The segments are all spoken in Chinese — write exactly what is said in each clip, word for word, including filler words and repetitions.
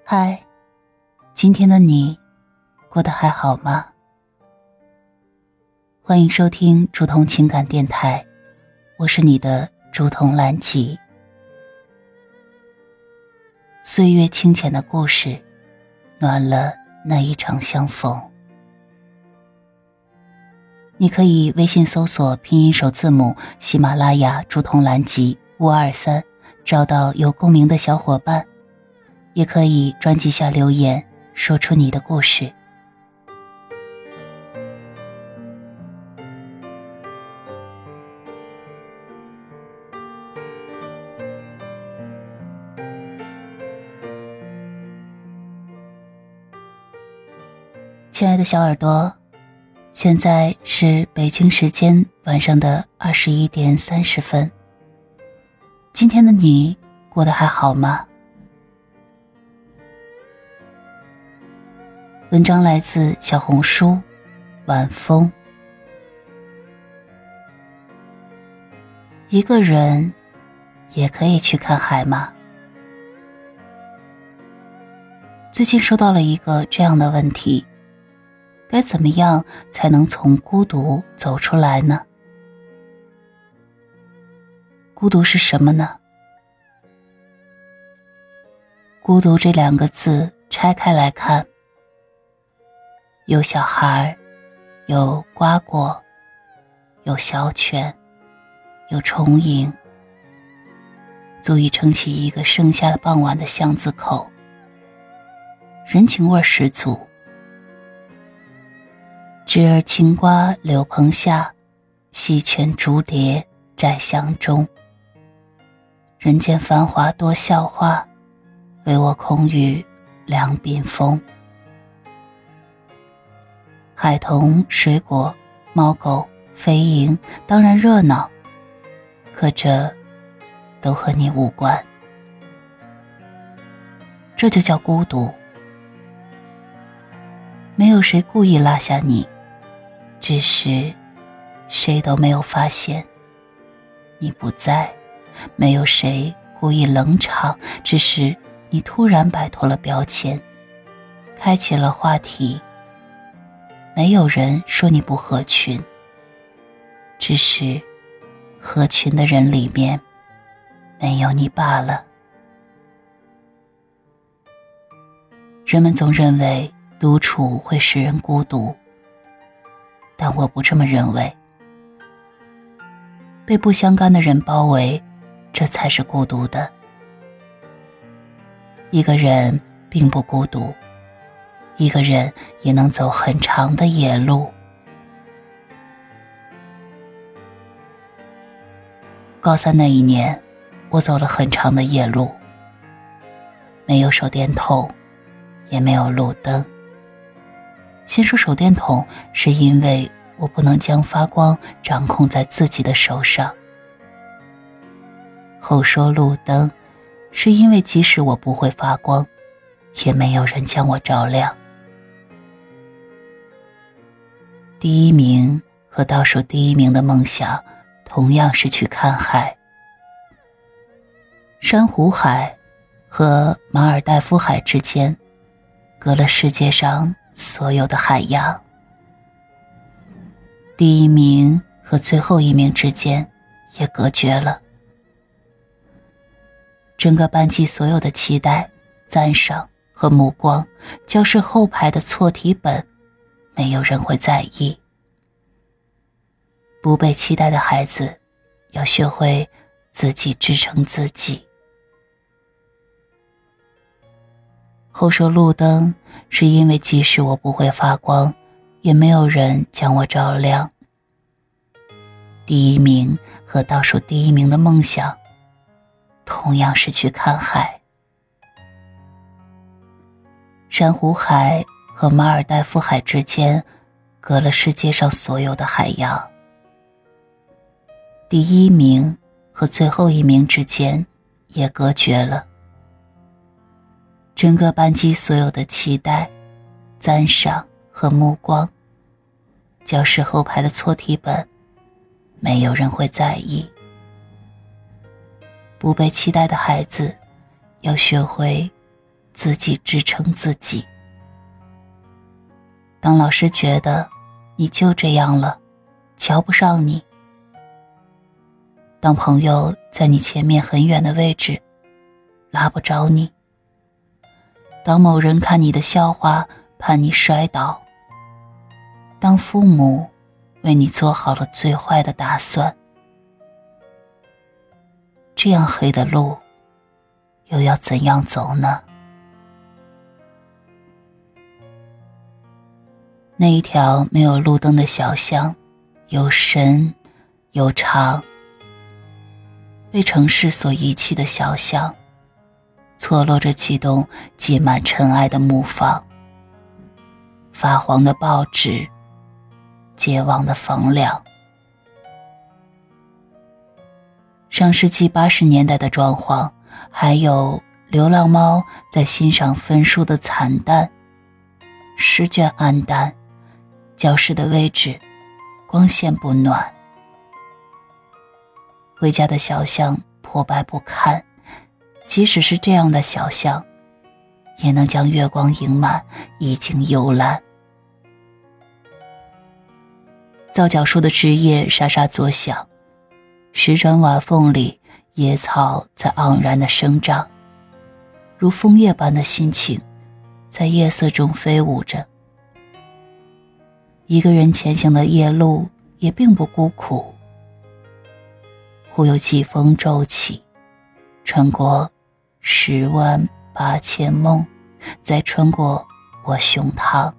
嗨，今天的你过得还好吗？欢迎收听竹筒情感电台，我是你的竹筒兰吉。岁月清浅的故事，暖了那一场相逢。你可以微信搜索拼音首字母喜马拉雅竹筒兰吉五二三，找到有共鸣的小伙伴，也可以专辑下留言，说出你的故事。亲爱的小耳朵，现在是北京时间晚上的二十一点三十分。今天的你过得还好吗？文章来自小红书晚风。一个人也可以去看海吗？最近收到了一个这样的问题，该怎么样才能从孤独走出来呢？孤独是什么呢？孤独这两个字拆开来看，有小孩，有瓜果，有小犬，有虫蝇，足以撑起一个盛夏的傍晚的巷子口，人情味十足。枝儿青瓜柳棚下，溪泉竹蝶寨巷中。人间繁华多笑话，唯我空余两鬓风。孩童、水果、猫狗、飞蝇当然热闹，可这都和你无关。这就叫孤独。没有谁故意落下你，只是谁都没有发现你不在。没有谁故意冷场，只是你突然摆脱了标签，开启了话题。没有人说你不合群，只是合群的人里面没有你罢了。人们总认为独处会使人孤独，但我不这么认为。被不相干的人包围，这才是孤独的。一个人并不孤独，一个人也能走很长的夜路。高三那一年，我走了很长的夜路，没有手电筒，也没有路灯。先说手电筒，是因为我不能将发光掌控在自己的手上。后说路灯，是因为即使我不会发光，也没有人将我照亮。第一名和倒数第一名的梦想，同样是去看海。珊瑚海和马尔代夫海之间，隔了世界上所有的海洋。第一名和最后一名之间也隔绝了。整个班级所有的期待、赞赏和目光，教室后排的错题本，没有人会在意。不被期待的孩子，要学会自己支撑自己。后说路灯，是因为即使我不会发光，也没有人将我照亮。第一名和倒数第一名的梦想，同样是去看海。珊瑚海和马尔代夫海之间，隔了世界上所有的海洋。第一名和最后一名之间也隔绝了。整个班级所有的期待、赞赏和目光，教室后排的错题本，没有人会在意。不被期待的孩子，要学会自己支撑自己。当老师觉得你就这样了，瞧不上你；当朋友在你前面很远的位置拉不着你；当某人看你的笑话怕你摔倒；当父母为你做好了最坏的打算，这样黑的路又要怎样走呢？那一条没有路灯的小巷，又深又长。被城市所遗弃的小巷，错落着几栋积满尘埃的木房，发黄的报纸，结网的房梁。上世纪八十年代的装潢，还有流浪猫在欣赏分数的惨淡，试卷暗淡，教室的位置光线不暖。回家的小巷破败不堪，即使是这样的小巷，也能将月光盈满，已经幽蓝。皂角树的枝叶沙沙作响，石砖瓦缝里野草在盎然地生长，如枫叶般的心情在夜色中飞舞着。一个人前行的夜路也并不孤苦，忽有季风骤起，穿过十万八千梦，再穿过我胸膛。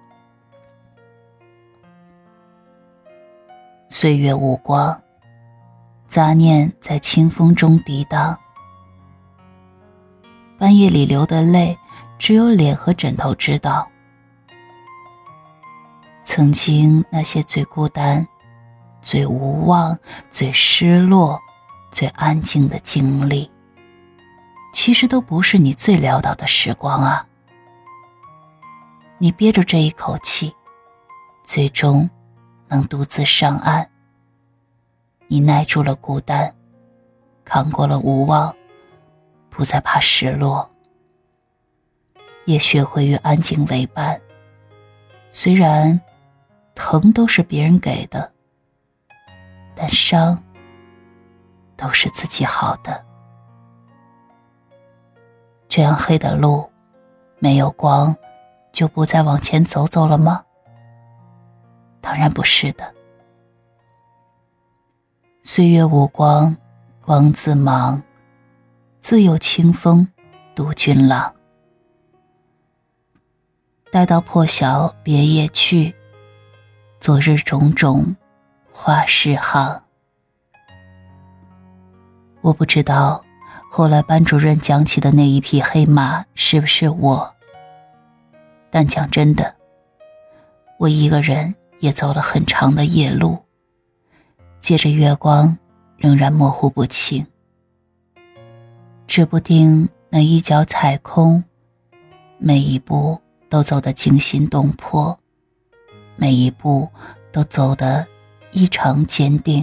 岁月无光，杂念在清风中涤荡。半夜里流的泪，只有脸和枕头知道。曾经那些最孤单、最无望、最失落、最安静的经历，其实都不是你最潦倒的时光啊。你憋着这一口气，最终能独自上岸。你耐住了孤单，扛过了无望，不再怕失落，也学会与安静为伴。虽然疼都是别人给的，但伤都是自己好的。这样黑的路，没有光就不再往前走走了吗？当然不是的。岁月无光，光自忙，自有清风渡君郎。待到破晓别夜去，昨日种种花世行。我不知道后来班主任讲起的那一匹黑马是不是我，但讲真的，我一个人也走了很长的夜路，借着月光仍然模糊不清，指不定那一脚踩空，每一步都走得惊心动魄，每一步都走得异常坚定。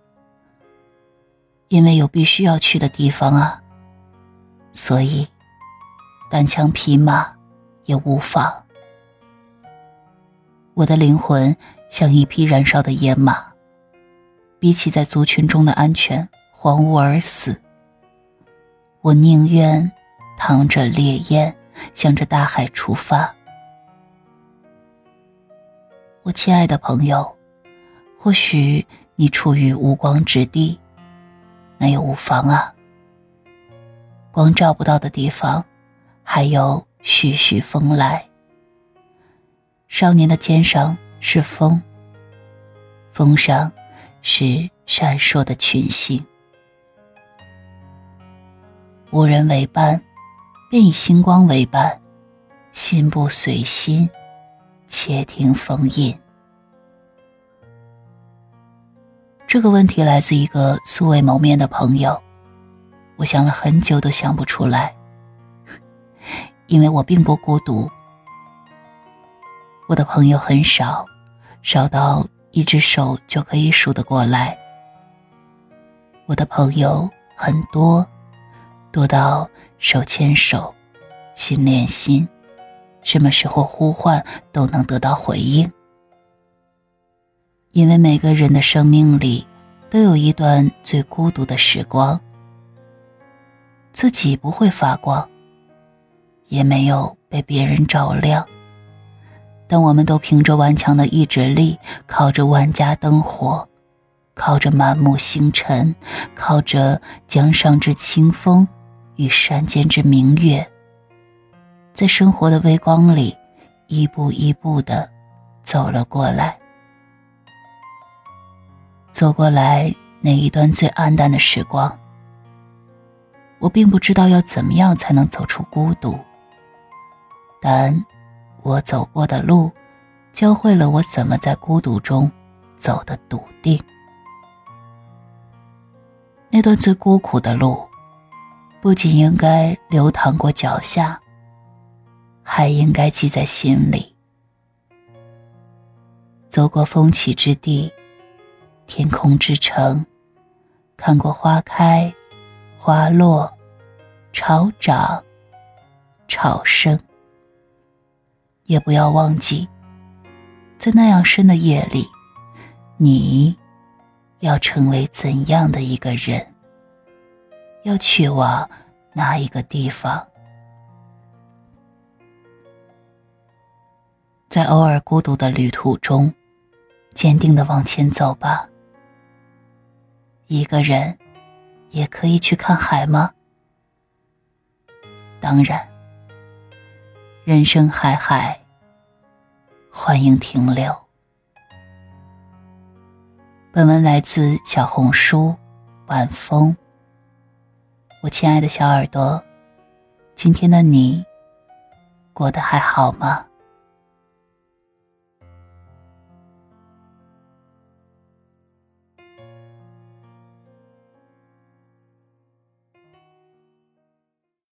因为有必须要去的地方啊，所以单枪匹马也无妨。我的灵魂像一匹燃烧的野马，比起在族群中的安全荒芜而死，我宁愿淌着烈焰向着大海出发。我亲爱的朋友，或许你处于无光之地，那也无妨啊。光照不到的地方，还有徐徐风来。少年的肩上是风，风上是闪烁的群星。无人为伴，便以星光为伴，心不随心，且听风吟。这个问题来自一个素未谋面的朋友，我想了很久都想不出来，因为我并不孤独。我的朋友很少，少到一只手就可以数得过来。我的朋友很多，多到手牵手， 心连心，什么时候呼唤都能得到回应。因为每个人的生命里都有一段最孤独的时光，自己不会发光，也没有被别人照亮，但我们都凭着顽强的意志力，靠着万家灯火，靠着满目星辰，靠着江上之清风与山间之明月，在生活的微光里一步一步地走了过来。走过来那一段最暗淡的时光，我并不知道要怎么样才能走出孤独，但我走过的路教会了我怎么在孤独中走得笃定。那段最孤苦的路，不仅应该流淌过脚下，还应该记在心里。走过风起之地，天空之城，看过花开花落，潮涨潮升，也不要忘记，在那样深的夜里，你要成为怎样的一个人，要去往哪一个地方。在偶尔孤独的旅途中，坚定地往前走吧。一个人也可以去看海吗？当然，人生海海，欢迎停留。本文来自小红书晚风。我亲爱的小耳朵，今天的你过得还好吗？